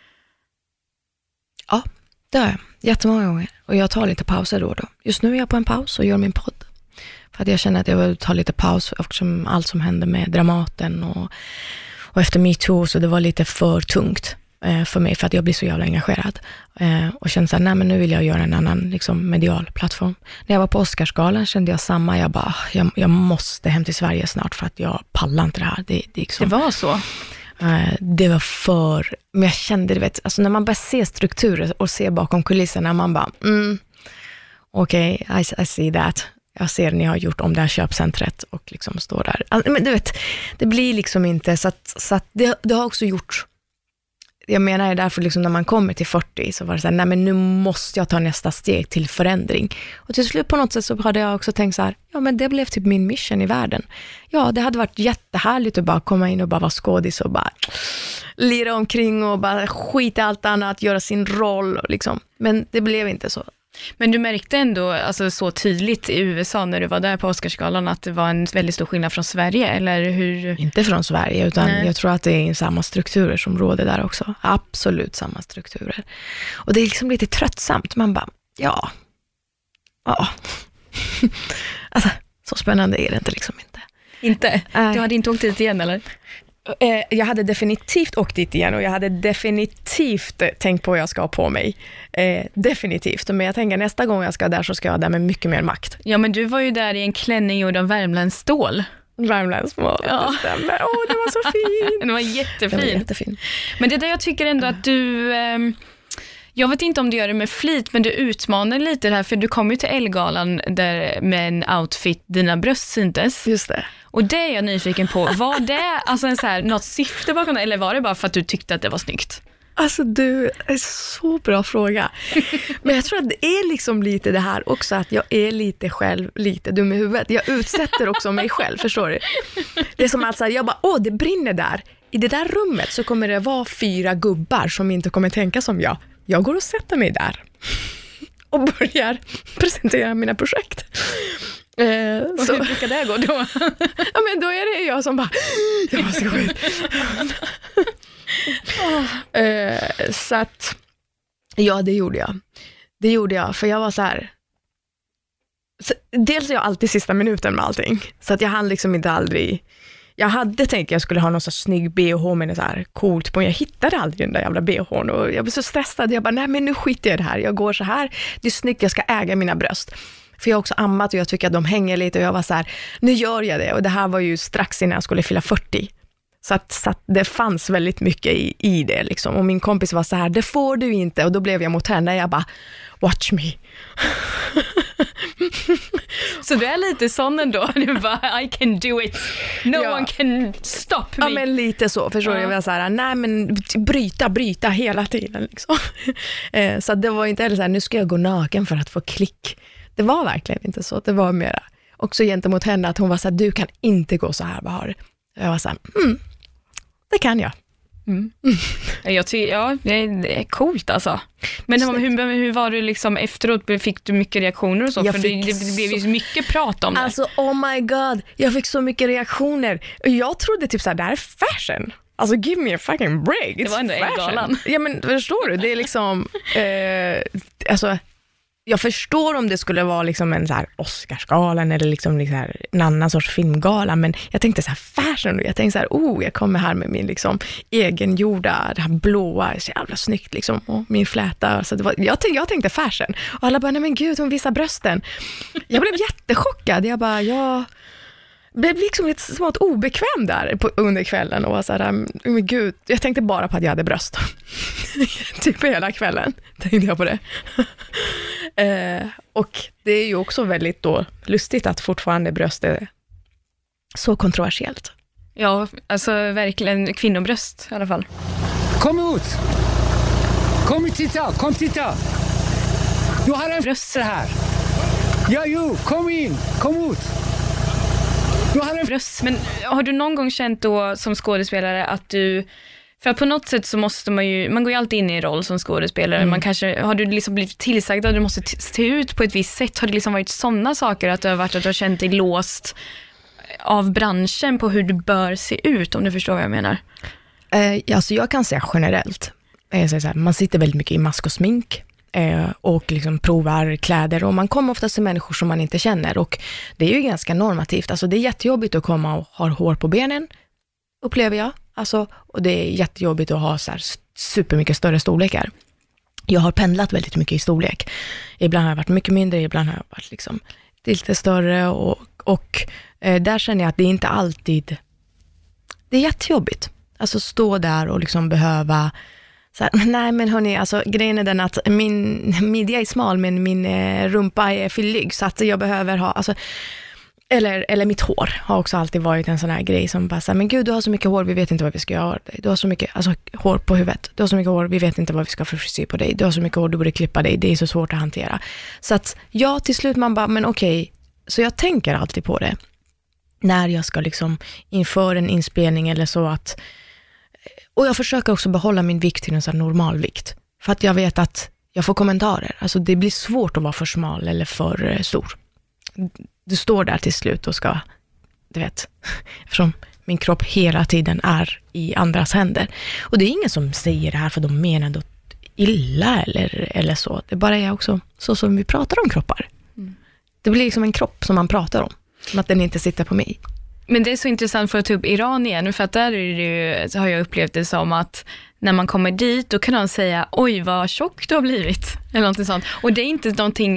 Ja, det har jag. Jättemånga gånger. Och jag tar lite pauser då och då. Just nu är jag på en paus och gör min podd. För att jag känner att jag vill ta lite paus eftersom allt som hände med Dramaten och, och efter MeToo, så det var lite för tungt eh, för mig, för att jag blir så jävla engagerad. Eh, och kände så här, nej men nu vill jag göra en annan liksom, medial plattform. När jag var på Oscarsgalan kände jag samma, jag bara, jag, jag måste hem till Sverige snart för att jag pallar inte det här. Det, det, liksom, det var så? Eh, det var för, men jag kände, du vet, alltså när man bara ser strukturer och ser bakom kulisserna, man bara, mm, okej, okay, I, I see that. Jag ser ni har gjort om det här köpcentret och liksom står där. Men du vet, det blir liksom inte så att, så att det, det har också gjort, jag menar därför liksom när man kommer till fyrtio så var det så här, nej men nu måste jag ta nästa steg till förändring. Och till slut på något sätt så hade jag också tänkt så här, ja men det blev typ min mission i världen. Ja, det hade varit jättehärligt att bara komma in och bara vara skådis och bara lira omkring och bara skita allt annat, göra sin roll liksom. Men det blev inte så. Men du märkte ändå alltså, så tydligt i U S A när du var där på Oscarsgalan att det var en väldigt stor skillnad från Sverige, eller hur? Inte från Sverige, utan Nej. jag tror att det är samma strukturer som råder där också. Absolut samma strukturer. Och det är liksom lite tröttsamt. Man bara, ja. Ja. Alltså, så spännande är det inte liksom inte. Inte? Äh. Du hade inte åkt dit igen, eller? Jag hade definitivt åkt dit igen och jag hade definitivt tänkt på vad jag ska ha på mig. Eh, definitivt. Men jag tänker nästa gång jag ska där så ska jag där med mycket mer makt. Ja, men du var ju där i en klänning gjord av Värmlandsstål. Värmlandsstål, ja. Det stämmer. Åh, det var så fint. Den var jättefin. Den var jättefin. Men det där jag tycker ändå att du... Eh, jag vet inte om du gör det med flit, men du utmanar lite det här, för du kom ju till Ellegalan där med en outfit, dina bröst syntes. Just det. Och det är jag nyfiken på. Var det alltså en så här, något syfte bakom det, eller var det bara för att du tyckte att det var snyggt? Alltså du, är så bra fråga. Men jag tror att det är liksom lite det här också, att jag är lite själv, lite dum i huvudet. Jag utsätter också mig själv, förstår du? Det är som att så här, jag bara, åh det brinner där. I det där rummet så kommer det vara fyra gubbar som inte kommer tänka som jag. Jag går och sätter mig där och börjar presentera mina projekt. Eh, och så, hur brukar det gå då? Ja, men då är det jag som bara, jag måste gå ut. oh. eh, så att, ja det gjorde jag. Det gjorde jag, för jag var så här. Så, dels är jag alltid sista minuten med allting. Så att jag hann liksom inte aldrig. Jag hade tänkt att jag skulle ha någon så snygg B H med så här coolt på. Jag hittade aldrig den där jävla B H:n och jag blev så stressad. Jag bara, nej men nu skiter jag i det här. Jag går så här, det är snyggt, jag ska äga mina bröst. För jag har också ammat och jag tycker att de hänger lite och jag var så här, nu gör jag det. Och det här var ju strax innan jag skulle fylla fyrtio. Så att, så att det fanns väldigt mycket i, i det liksom. Och min kompis var så här, det får du inte. Och då blev jag mot henne, jag bara, watch me. Så du är lite sån ändå, du bara, I can do it. No ja. one can stop me. Ja men lite så, förstår ja. jag. Jag var så här, nej men bryta, bryta hela tiden liksom. Så det var inte heller så här, nu ska jag gå naken för att få klick. Det var verkligen inte så, det var mera. Också gentemot henne att hon var så här, du kan inte gå så här, Bahar. Jag var så här, mm, det kan jag. Mm. Jag tycker, ja, det är coolt alltså. Men hur, hur var du liksom efteråt? Fick du mycket reaktioner och så? Jag för det, det, det blev ju så mycket prat om det. Alltså, oh my god, jag fick så mycket reaktioner. Jag trodde typ så här, det här är fashion. Alltså, give me a fucking break. It's det var ändå Ellegalan. Ja, men förstår du? Det är liksom, eh, alltså, jag förstår om det skulle vara liksom en så här Oscarsgalan eller liksom, liksom här, en annan sorts filmgala, men jag tänkte så här fashion och jag tänkte så här, oh, jag kommer här med min liksom egengjorda, det här blåa, så jävla snyggt liksom, och min fläta, så det var, jag, tänkte, jag tänkte fashion och alla bara, nej men gud, hon visar brösten. Jag blev jättechockad, jag bara, jag blev liksom lite smått obekväm där på, under kvällen och var så här, oh men gud, jag tänkte bara på att jag hade bröst. Typ hela kvällen tänkte jag på det. eh, och det är ju också väldigt då lustigt att fortfarande bröst är så kontroversiellt. Ja, alltså verkligen kvinnobröst i alla fall. Kom ut! Kom och titta, kom titta! Du har en bröst här. Ja, jo, kom in, kom ut! Du har en bröst. Men har du någon gång känt då som skådespelare att du, för att på något sätt så måste man ju, man går ju alltid in i roll som skådespelare, mm. man kanske, har du liksom blivit tillsagd att du måste se ut på ett visst sätt, har det liksom varit sådana saker att du har varit att du har känt dig låst av branschen på hur du bör se ut, om du förstår vad jag menar? Eh, alltså jag kan säga generellt, jag säger så här, man sitter väldigt mycket i mask och smink eh, och liksom provar kläder och man kommer ofta till människor som man inte känner och det är ju ganska normativt, alltså det är jättejobbigt att komma och ha hår på benen, upplever jag, alltså, och det är jättejobbigt att ha så här supermycket större storlekar. Jag har pendlat väldigt mycket i storlek, ibland har jag varit mycket mindre, ibland har jag varit liksom lite större och, och eh, där känner jag att det är inte alltid, det är jättejobbigt, alltså stå där och liksom behöva så här, nej men hörni, alltså grejen är den att min midja är smal men min eh, rumpa är fyllig så att jag behöver ha, alltså Eller, eller mitt hår har också alltid varit en sån här grej som bara så här, men gud, du har så mycket hår, vi vet inte vad vi ska göra. Du har så mycket alltså, hår på huvudet. Du har så mycket hår, vi vet inte vad vi ska för frisyr på dig. Du har så mycket hår, du borde klippa dig. Det är så svårt att hantera. Så att ja, till slut man bara, men okej. Så jag tänker alltid på det. När jag ska liksom inför en inspelning eller så att... Och jag försöker också behålla min vikt till en sån här normal vikt. För att jag vet att jag får kommentarer. Alltså det blir svårt att vara för smal eller för stor. Du står där till slut och ska, du vet, eftersom min kropp hela tiden är i andras händer. Och det är ingen som säger det här för de menar något illa eller, eller så. Det bara är också så som vi pratar om kroppar. Mm. Det blir liksom en kropp som man pratar om. Som att den inte sitter på mig. Men det är så intressant för att ta upp Iran igen. För att där är det ju, så har jag upplevt det som att när man kommer dit då kan de säga, oj vad tjock du har blivit. Eller någonting sånt. Och det är inte någonting...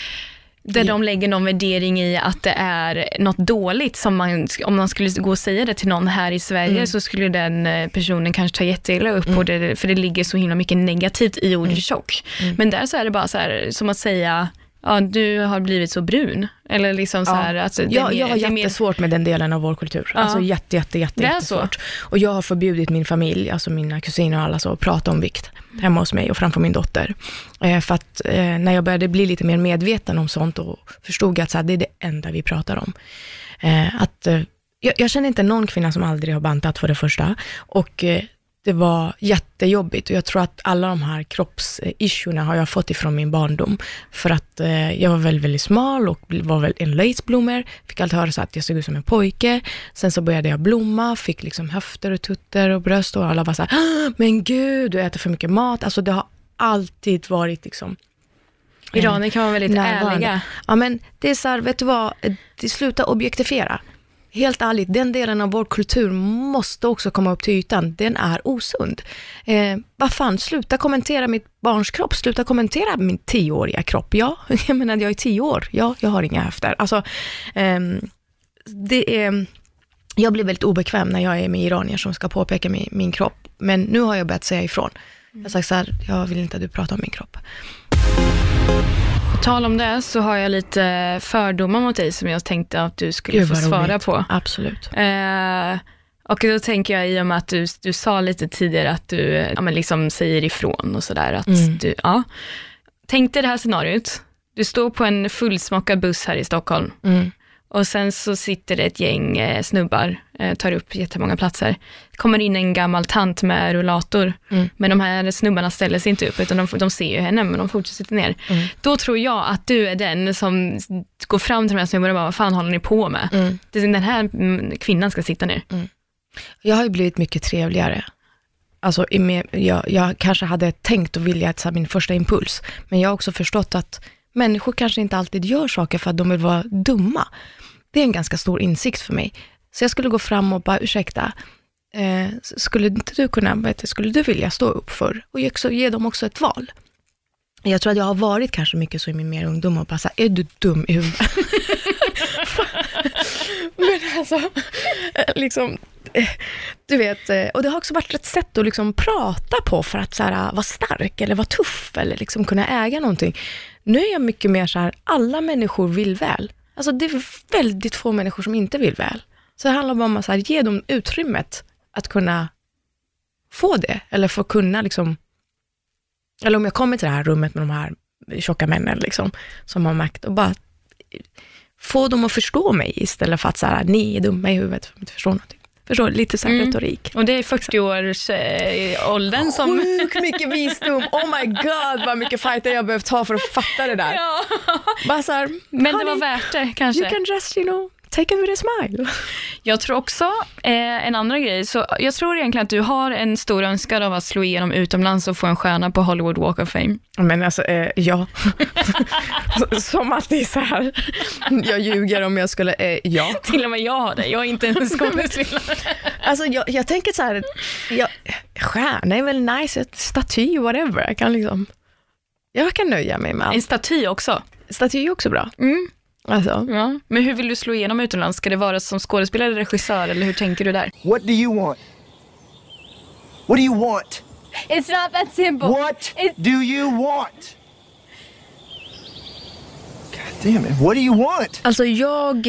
Där de lägger någon värdering i att det är något dåligt som man, om man skulle gå och säga det till någon här i Sverige mm. så skulle den personen kanske ta jätteilla upp mm. och det, för det ligger så himla mycket negativt i ordet mm. tjock. Mm. Men där så är det bara så här, som att säga, ja du har blivit så brun. Eller liksom så här, ja. alltså, ja, mer, jag har jättesvårt med den delen av vår kultur. Ja. Alltså jätte, jätte, jätte, jättesvårt. Och jag har förbjudit min familj, alltså mina kusiner och alla så, att prata om vikt hemma hos mig och framför min dotter. Eh, för att eh, när jag började bli lite mer medveten om sånt och förstod att så här, det är det enda vi pratar om. Eh, att, eh, jag, jag känner inte någon kvinna som aldrig har bantat för det första. Och eh, det var jättejobbigt och jag tror att alla de här kroppsissuerna har jag fått ifrån min barndom. För att eh, jag var väldigt, väldigt smal och var väl en late bloomer. Fick alltid höra så att jag såg ut som en pojke. Sen så började jag blomma, fick liksom höfter och tutter och bröst och alla var så här, men gud, du äter för mycket mat. Alltså det har alltid varit liksom... Iraner kan vara väldigt närvarande. Ärliga. Ja, men det är så här, vet du vad, det slutar objektifiera. Helt ärligt, den delen av vår kultur måste också komma upp till ytan. Den är osund. Eh, vad fan, sluta kommentera mitt barns kropp. Sluta kommentera min tioåriga kropp. Ja, jag menar jag är tio år. Ja, jag har inga höfter. Alltså, eh, det är... Jag blir väldigt obekväm när jag är med iranier som ska påpeka min, min kropp. Men nu har jag börjat säga ifrån. Jag har sagt så här, jag vill inte att du pratar om min kropp. På tal om det så har jag lite fördomar mot dig som jag tänkte att du skulle få svara roligt. På. Absolut. Eh, och då tänker jag i och med att du, du sa lite tidigare att du ja, men liksom säger ifrån och sådär. Att mm. du, ja. Tänk dig det här scenariot. Du står på en fullsmockad buss här i Stockholm. Mm. Och sen så sitter det ett gäng eh, snubbar, eh, tar upp jättemånga platser. Kommer in en gammal tant med rullator. Mm. Men de här snubbarna ställer sig inte upp utan de, de ser ju henne men de fortsätter sitta ner. Mm. Då tror jag att du är den som går fram till de här snubbarna och bara, vad fan håller ni på med? Mm. Den här kvinnan ska sitta ner. Mm. Jag har ju blivit mycket trevligare. Alltså, jag, jag kanske hade tänkt och vilja att min första impuls. Men jag har också förstått att människor kanske inte alltid gör saker för att de vill vara dumma. Det är en ganska stor insikt för mig. Så jag skulle gå fram och bara, ursäkta, eh, skulle inte du kunna, vet du, skulle du vilja stå upp för och också, ge dem också ett val? Jag tror att jag har varit kanske mycket så i min mer ungdom och bara så här, är du dum i huvudet? Men alltså, liksom, du vet, och det har också varit ett sätt att liksom prata på för att så här, vara stark eller vara tuff eller liksom kunna äga någonting. Nu är jag mycket mer så här, alla människor vill väl. Alltså det är väldigt få människor som inte vill väl. Så det handlar bara om att så här, ge dem utrymmet att kunna få det. Eller få kunna liksom, eller om jag kommer till det här rummet med de här tjocka männen liksom, som har makt och bara få dem att förstå mig istället för att så här, ni är dumma i huvudet för att inte förstå någonting. Förstår, lite så här mm. retorik. Och det är fyrtio års eh, åldern som... Sjukt mycket visdom. Oh my god, vad mycket fighter jag behövt ta för att fatta det där. Ja. Bara så här, men det var värt det kanske. You can just, you know, take it with a smile. Jag tror också eh, en andra grej. Så jag tror egentligen att du har en stor önskan av att slå igenom utomlands och få en stjärna på Hollywood Walk of Fame. Men alltså, eh, ja. Som att det är så här. Jag ljuger om jag skulle, eh, ja. Till och med jag har det. Jag är inte en skådespelare. Alltså jag, jag tänker så här, jag, stjärna är väl nice, staty, whatever. Jag kan liksom, jag kan nöja mig med allt. En staty också. Staty är också bra. Mm. Alltså. Ja. Men hur vill du slå igenom utomlands? Ska det vara som skådespelare eller regissör? Eller hur tänker du där? What do you want? What do you want? It's not that simple. What It's... do you want? God damn it. What do you want? Alltså jag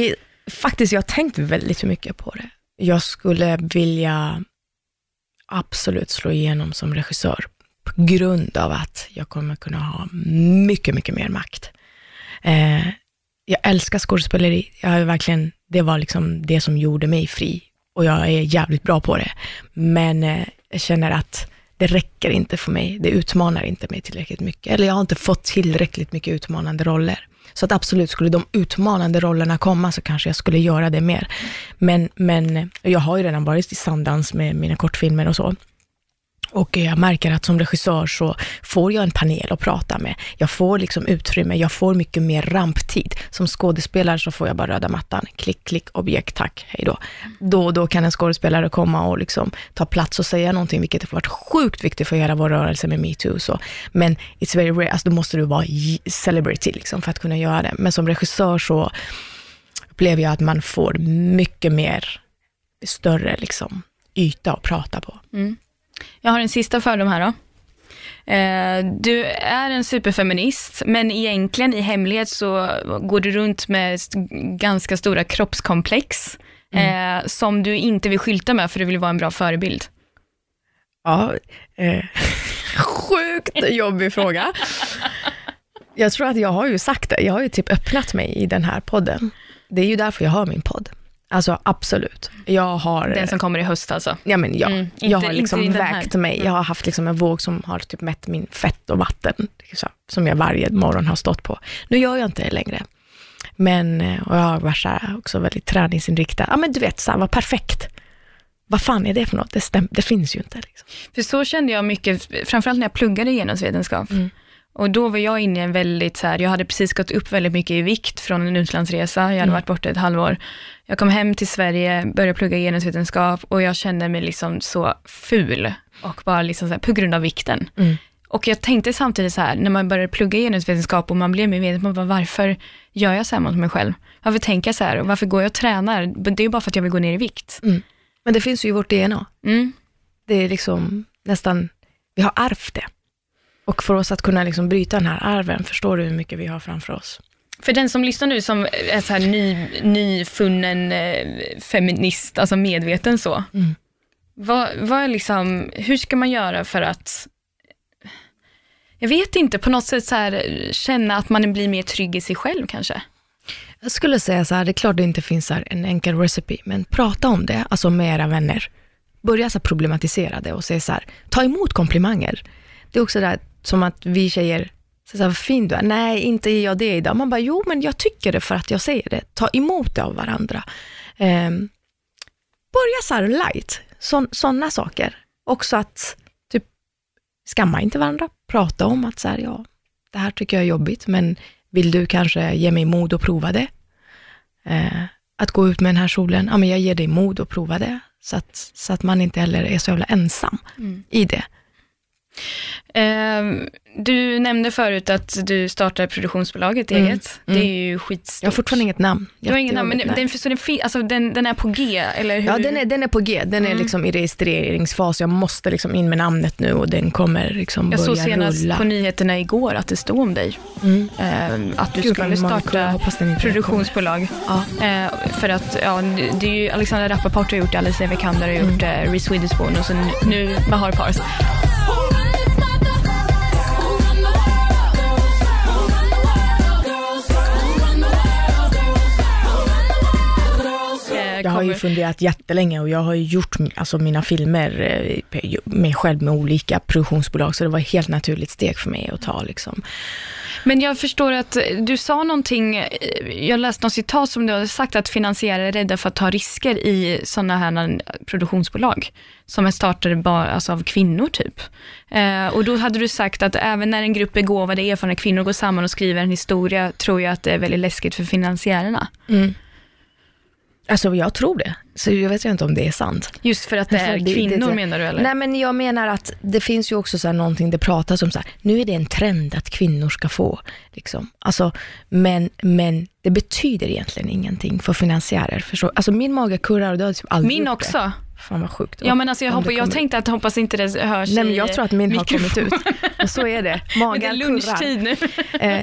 faktiskt, jag har tänkt väldigt mycket på det. Jag skulle vilja absolut slå igenom som regissör på grund av att jag kommer kunna ha mycket, mycket mer makt. Eh, jag älskar skådespeleri. Jag har verkligen, det var liksom det som gjorde mig fri. Och jag är jävligt bra på det. Men eh, jag känner att det räcker inte för mig. Det utmanar inte mig tillräckligt mycket. Eller jag har inte fått tillräckligt mycket utmanande roller. Så att absolut, skulle de utmanande rollerna komma så kanske jag skulle göra det mer. Men, men jag har ju redan varit i Sundance med mina kortfilmer och så. Och jag märker att som regissör så får jag en panel att prata med. Jag får liksom utrymme, jag får mycket mer ramptid. Som skådespelare så får jag bara röda mattan. Klick, klick, objekt, tack, hej då. Då och då kan en skådespelare komma och liksom ta plats och säga någonting, vilket har varit sjukt viktigt för hela vår rörelse med Me Too. Så. Men it's very rare, alltså då måste du vara celebrity liksom för att kunna göra det. Men som regissör så upplever jag att man får mycket mer större liksom yta att prata på. Mm. Jag har en sista fördom här då. Eh, du är en superfeminist, men egentligen i hemlighet så går du runt med ganska stora kroppskomplex mm. eh, som du inte vill skylta med för du vill vara en bra förebild. Ja, eh, sjukt jobbig fråga. Jag tror att jag har ju sagt det. Jag har ju typ öppnat mig i den här podden. Det är ju därför jag har min podd. Alltså absolut. Jag har, den som kommer i höst alltså. Ja men ja, mm, jag inte, har liksom vägt mig. Jag har haft liksom en våg som har typ mätt min fett och vatten liksom, som jag varje morgon har stått på. Nu gör jag inte det längre. Men och jag har varit så här, också väldigt träningsinriktad. Ja men du vet så här, vad perfekt. Vad fan är det för något? Det, stäm- det finns ju inte liksom. För så kände jag mycket, framförallt när jag pluggade genusvetenskap. Mm. Och då var jag inne i en väldigt så här, jag hade precis gått upp väldigt mycket i vikt från en utlandsresa. Jag hade mm. varit borta ett halvår. Jag kom hem till Sverige, började plugga genusvetenskap och jag kände mig liksom så ful. Och bara liksom så här, på grund av vikten. Mm. Och jag tänkte samtidigt så här, när man började plugga genusvetenskap och man blev medveten om varför gör jag så här mot mig själv? Varför tänker jag så här? Och varför går jag och tränar? Det är ju bara för att jag vill gå ner i vikt. Mm. Men det finns ju i vårt D N A. Mm. Det är liksom nästan, vi har ärvt det. Och för oss att kunna liksom bryta den här arven, förstår du hur mycket vi har framför oss? För den som lyssnar nu som är så här ny, nyfunnen eh, feminist, alltså medveten så. Mm. Vad, vad är liksom, hur ska man göra för att, jag vet inte, på något sätt så här, känna att man blir mer trygg i sig själv kanske? Jag skulle säga så här, det är klart det inte finns här en enkel recipe, men prata om det, alltså med era vänner. Börja så problematisera det och säga så här, ta emot komplimanger. Det är också där som att vi tjejer så så här, fin du är. Nej, inte är jag det idag. Man bara, jo men jag tycker det för att jag säger det. Ta emot det av varandra. Eh, börja så här light. Så, sådana saker. Också att typ skamma inte varandra. Prata om att så här, ja, det här tycker jag är jobbigt. Men vill du kanske ge mig mod att prova det? Eh, att gå ut med den här solen. Ja, men jag ger dig mod att prova det. Så att, så att man inte heller är så jävla ensam mm. i det. Uh, du nämnde förut att du startar produktionsbolaget mm, eget. Mm. Det är ju skitstort. Jag har fortfarande inget namn. Du har inget namn, men den, så den, alltså, den, den är på G, eller hur? Ja, den är, den är på G. Den mm. är liksom i registreringsfas. Jag måste liksom in med namnet nu och den kommer liksom börja rulla. Jag såg senast rulla. På nyheterna igår att det stod om dig. Mm. Uh, att du Gud, skulle starta produktionsbolag. Ja. Uh, för att, ja, det är ju Alexandra Rappaport har gjort det, Alicia Vikander har gjort det, mm. Reese Witherspoon och så nu Bahar Pars. Jag har ju funderat jättelänge och jag har ju gjort alltså, mina filmer med själv med olika produktionsbolag, så det var ett helt naturligt steg för mig att ta liksom. Men jag förstår att du sa någonting, jag läste något citat som du hade sagt att finansiärare är rädda för att ta risker i sådana här produktionsbolag som är startade bara alltså av kvinnor typ. Eh, och då hade du sagt att även när en grupp begåvade erfarna kvinnor går samman och skriver en historia, tror jag att det är väldigt läskigt för finansiärerna. Mm. Alltså jag tror det. Så jag vet inte om det är sant. Just för att det är det, kvinnor det, det, menar du eller? Nej men jag menar att det finns ju också så här någonting det pratas om så här, nu är det en trend att kvinnor ska få liksom. Alltså men men det betyder egentligen ingenting för finansiärer förstår. Alltså min mage kurrar och det har typ aldrig min också. Det. Fan vad sjukt. Ja men alltså jag hoppas jag tänkte att hoppas inte det hörs. Nej men jag tror att min mikrofon har kommit ut. Och så är det. Magen kurrar. Det är lunchtid nu. eh,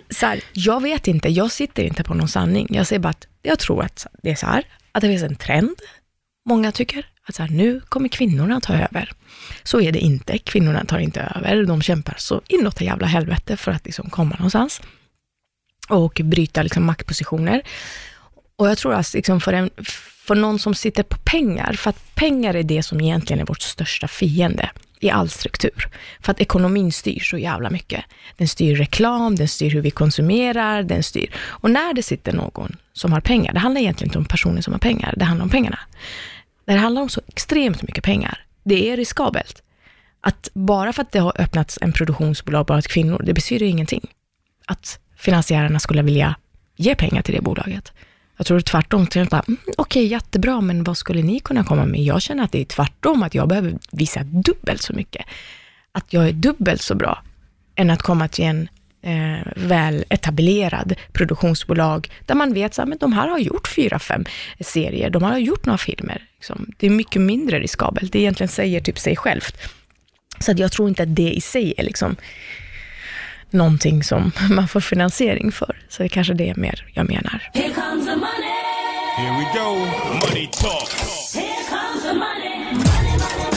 så här, jag vet inte, jag sitter inte på någon sanning. Jag säger bara att jag tror att det är så här, att det finns en trend. Många tycker att så här, nu kommer kvinnorna ta över. Så är det inte, kvinnorna tar inte över. De kämpar så inåt jävla helvete för att liksom komma någonstans. Och bryta liksom maktpositioner. Och jag tror att liksom för, en, för någon som sitter på pengar, för att pengar är det som egentligen är vårt största fiende i all struktur. För att ekonomin styr så jävla mycket. Den styr reklam, den styr hur vi konsumerar, den styr. Och när det sitter någon som har pengar, det handlar egentligen inte om personen som har pengar, det handlar om pengarna. Det handlar om så extremt mycket pengar. Det är riskabelt. Att bara för att det har öppnats en produktionsbolag bara till kvinnor, det betyder ingenting. Att finansiärerna skulle vilja ge pengar till det bolaget. Jag tror tvärtom. Mm, Okej, okay, jättebra, men vad skulle ni kunna komma med? Jag känner att det är tvärtom, att jag behöver visa dubbelt så mycket. Att jag är dubbelt så bra än att komma till en eh, väl etablerad produktionsbolag där man vet att de här har gjort fyra, fem serier. De har gjort några filmer. Liksom. Det är mycket mindre riskabelt. Det egentligen säger typ sig självt. Så att jag tror inte att det i sig är liksom någonting som man får finansiering för. Så det är kanske det mer jag menar. Here comes the money. Here we go. Money talk. Here comes the money. Money, money,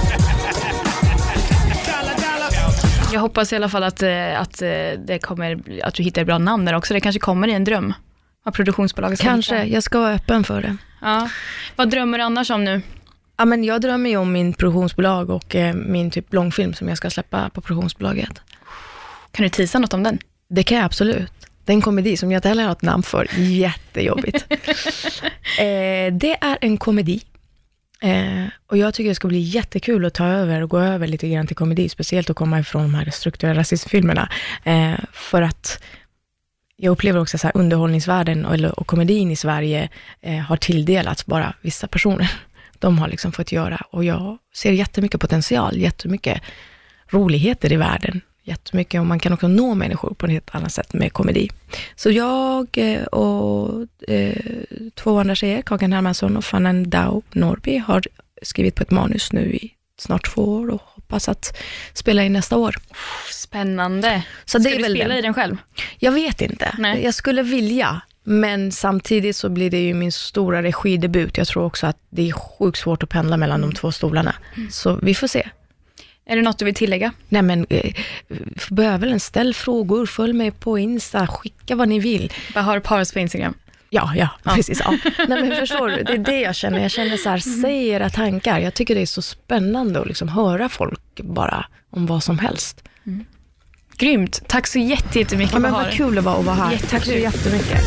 money. Jag hoppas i alla fall att, att, det kommer, att du hittar ett bra namn där också. Det kanske kommer i en dröm av produktionsbolaget. Kanske, hitta. Jag ska vara öppen för det. Ja. Vad drömmer du annars om nu? Ja, men jag drömmer ju om min produktionsbolag och eh, min typ långfilm som jag ska släppa på produktionsbolaget. Kan du tisa något om den? Det kan jag absolut. Det är en komedi som jag inte heller har ett namn för. Jättejobbigt. eh, det är en komedi. Eh, och jag tycker det ska bli jättekul att ta över och gå över lite grann till komedi. Speciellt att komma ifrån de här strukturella rasismfilmerna. Eh, för att jag upplever också så här underhållningsvärlden och, och komedin i Sverige eh, har tilldelats bara vissa personer. De har liksom fått göra. Och jag ser jättemycket potential, jättemycket roligheter i världen. Jättemycket, och man kan också nå människor på ett helt annat sätt med komedi. Så jag och eh, två andra tjejer, Kakan Hermansson och Fanny Dao Norby, har skrivit på ett manus nu i snart två år och hoppas att spela in nästa år. Spännande. Så Ska det är du väl spela den. i den själv? Jag vet inte. Nej. Jag skulle vilja, men samtidigt så blir det ju min stora regidebut. Jag tror också att det är sjukt svårt att pendla mellan mm. de två stolarna. Mm. Så vi får se. Är det något du vill tillägga? Nej, men eh, behöver en ställ frågor, följ mig på Insta, skicka vad ni vill. Bara har paus på Instagram. Ja, ja, ja. precis. Ja. Nej, men förstår du, det är det jag känner. Jag känner så här, säg era tankar. Jag tycker det är så spännande att liksom höra folk bara om vad som helst. Mm. Grymt. Tack så jättemycket. Ja, men vad kul det var att vara här. Jättekul. Tack så jättemycket.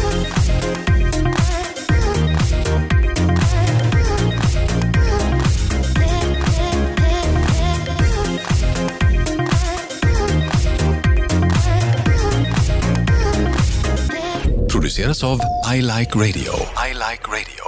Produceras av I Like Radio. I Like Radio.